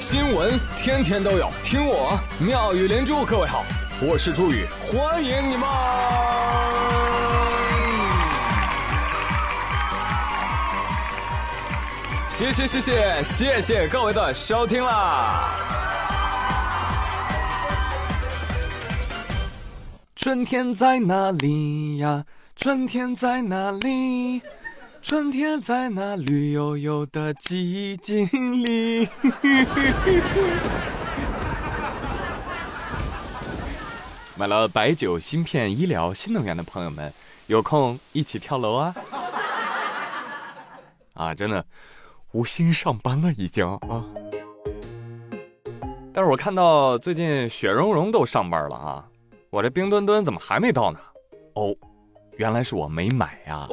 新闻天天都有，听我妙语连珠。各位好，我是朱宇，欢迎你们。谢谢各位的收听啦！春天在哪里呀？春天在哪里？春天在那绿油油的寂静里。买了白酒、芯片、医疗、新能源的朋友们，有空一起跳楼啊！啊，真的无心上班了已经啊。但是我看到最近雪融融都上班了啊，我这冰墩墩怎么还没到呢？哦，原来是我没买呀。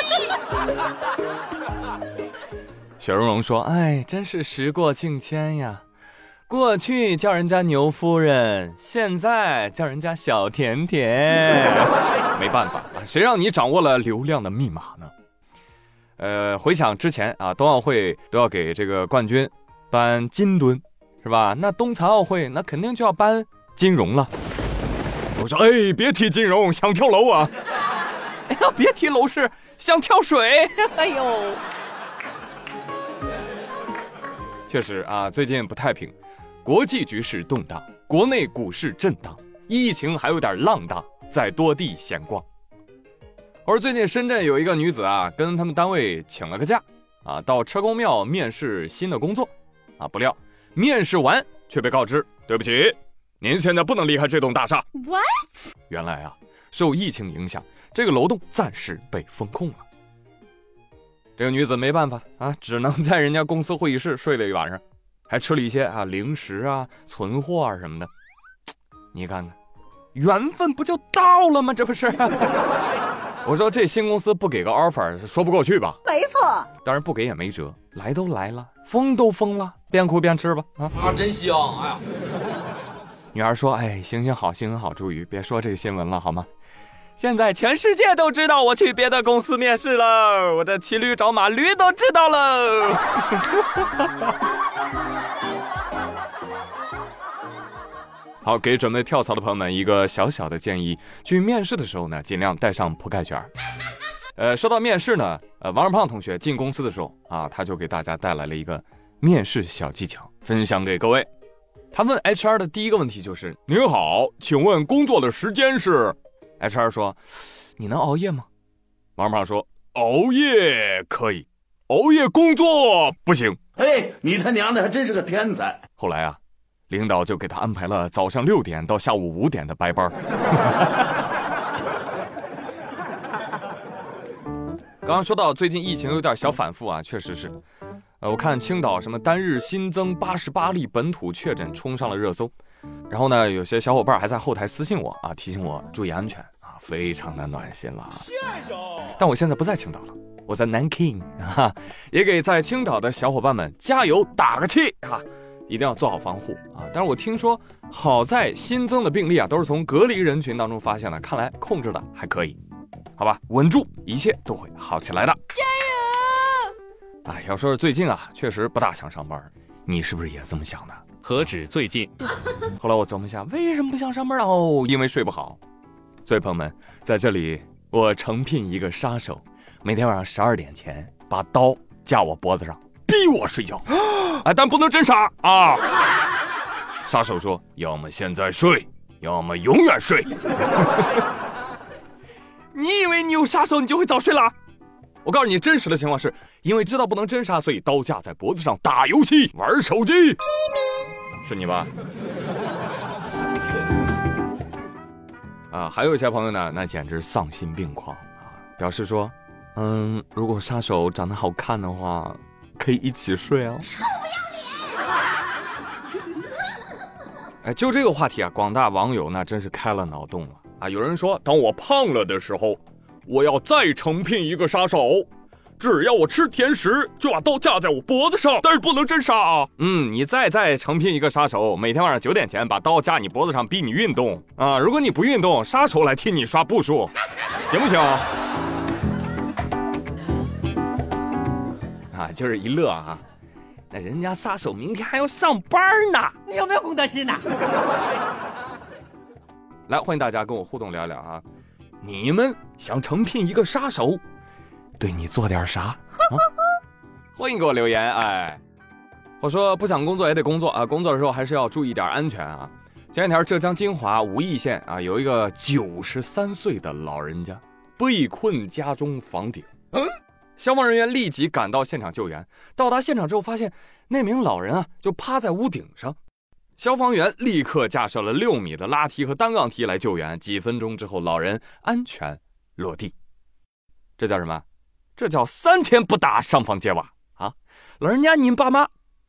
雪融融说：“哎，真是时过境迁呀，过去叫人家牛夫人，现在叫人家小甜甜。没办法啊，谁让你掌握了流量的密码呢？回想之前啊，冬奥会都要给这个冠军颁金墩，是吧？那冬残奥会那肯定就要颁金融了。我说，哎，别提金融，想跳楼啊！哎呀，别提楼市，想跳水。哎呦，确实啊，最近不太平，国际局势动荡，国内股市震荡，疫情还有点浪荡，在多地闲逛。而最近深圳有一个女子啊，跟他们单位请了个假啊，到车公庙面试新的工作啊，不料面试完却被告知，对不起，您现在不能离开这栋大厦。What？ 原来啊，受疫情影响，这个楼栋暂时被封控了。这个女子没办法啊，只能在人家公司会议室睡了一晚上，还吃了一些啊零食啊、存货啊什么的。你看看，缘分不就到了吗？这不是？我说这新公司不给个 offer 说不过去吧？ 没错， 当然不给也没辙，来都来了，封都封了，边哭边吃吧。 啊，真香！哎呀， 女儿说：“哎，行好，朱宇，别说这个新闻了好吗？现在全世界都知道我去别的公司面试了，我这骑驴找马，驴都知道了。”好，给准备跳槽的朋友们一个小小的建议，去面试的时候呢，尽量带上铺盖卷。说到面试呢，王二胖同学进公司的时候啊，他就给大家带来了一个面试小技巧，分享给各位。他问 HR 的第一个问题就是：“您好，请问工作的时间是？” HR 说：“你能熬夜吗？”王二胖说：“熬夜可以，熬夜工作不行。” 哎，你他娘的还真是个天才。 后来啊，领导就给他安排了早上6点到下午5点的白班。刚刚说到最近疫情有点小反复啊，确实是。我看青岛什么单日新增88例本土确诊冲上了热搜，然后呢，有些小伙伴还在后台私信我啊，提醒我注意安全啊，非常的暖心了。但我现在不在青岛了，我在南京啊，也给在青岛的小伙伴们加油打个气啊！一定要做好防护啊！但是我听说，好在新增的病例啊，都是从隔离人群当中发现的，看来控制的还可以，好吧，稳住，一切都会好起来的。加油！哎，要说是最近啊，确实不大想上班，你是不是也这么想的？ 何止最近？ 后来我琢磨一下，为什么不想上班呢？哦，因为睡不好。所以朋友们，在这里我诚聘一个杀手，每天晚上12点前把刀架我脖子上，逼我睡觉。哎，但不能真杀啊！杀手说：“要么现在睡，要么永远睡。”你以为你有杀手，你就会早睡了？我告诉你，真实的情况是因为知道不能真杀，所以刀架在脖子上打游戏、玩手机。是你吧？啊，还有一些朋友呢，那简直丧心病狂啊，表示说，如果杀手长得好看的话，可以一起睡啊。臭不要脸！哎，就这个话题啊，广大网友那真是开了脑洞了啊！有人说，当我胖了的时候，我要再诚聘一个杀手，只要我吃甜食，就把刀架在我脖子上，但是不能真杀啊！你再诚聘一个杀手，每天晚上9点前把刀架你脖子上，逼你运动啊！如果你不运动，杀手来替你刷步数，行不行？啊，就是一乐啊！ 那人家杀手明天还要上班呢， 你有没有公德心呢？ 来，欢迎大家跟我互动聊聊啊！你们想诚聘一个杀手，对你做点啥？欢迎给我留言。哎，我说不想工作也得工作啊，工作的时候还是要注意点安全啊。前两天浙江金华武义县啊，有一个93岁的老人家被困家中房顶。消防人员立即赶到现场救援。到达现场之后，发现那名老人啊就趴在屋顶上。消防员立刻架设了6米的拉梯和单杠梯来救援。几分钟之后，老人安全落地。这叫什么？这叫3天不打上房揭瓦啊！老人家，您爸妈。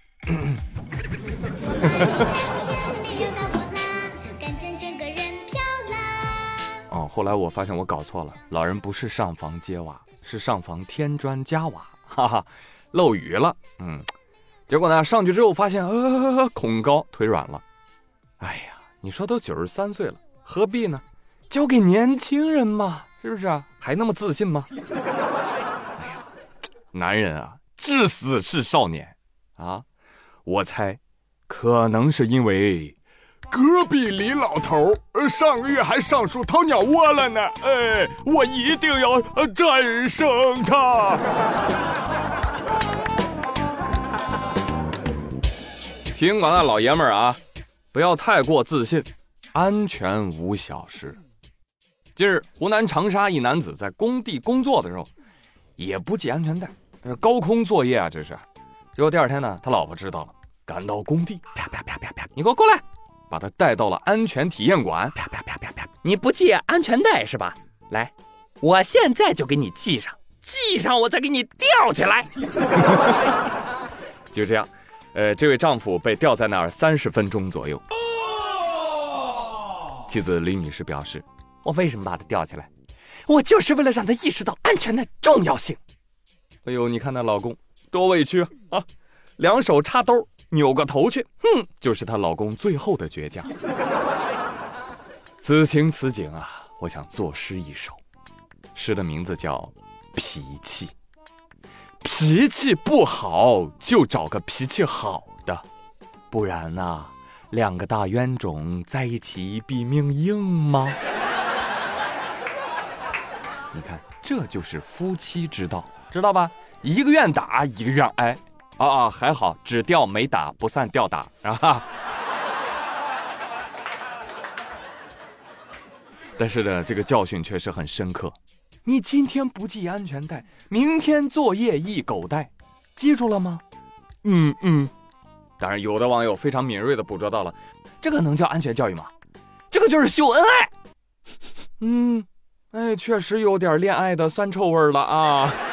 哦，后来我发现我搞错了，老人不是上房揭瓦，是上房添砖加瓦，哈哈，漏雨了。结果呢，上去之后发现恐高，腿软了。哎呀，你说都93岁了，何必呢？交给年轻人嘛，是不是啊？还那么自信吗？哎呀，男人啊，至死是少年啊！我猜，可能是因为隔壁李老头上个月还上树掏鸟窝了呢。哎，我一定要战胜他。提醒广大老爷们儿啊，不要太过自信，安全无小事。近日，湖南长沙一男子在工地工作的时候，也不系安全带，高空作业啊，这是。结果第二天呢，他老婆知道了，赶到工地，啪啪啪啪啪，你给我过来，把他带到了安全体验馆，啪啪啪啪啪， 你不系安全带是吧？来，我现在就给你系上，系上我再给你吊起来。 就这样。这位丈夫被吊在那儿30分钟左右。妻子李女士表示， 我为什么把他吊起来？我就是为了让他意识到安全的重要性。 哎呦，你看那老公多委屈啊！2手插兜，扭个头去，就是她老公最后的倔强。此情此景啊，我想作诗一首，诗的名字叫《脾气》。脾气不好就找个脾气好的，不然啊，2个大冤种在一起比命硬吗？你看，这就是夫妻之道，知道吧？一个愿打，一个愿挨。还好，只吊没打，不算吊打啊。但是呢，这个教训确实很深刻。你今天不系安全带，明天作业一狗带，记住了吗？当然，有的网友非常敏锐地捕捉到了，这个能叫安全教育吗？这个就是秀恩爱。确实有点恋爱的酸臭味了啊。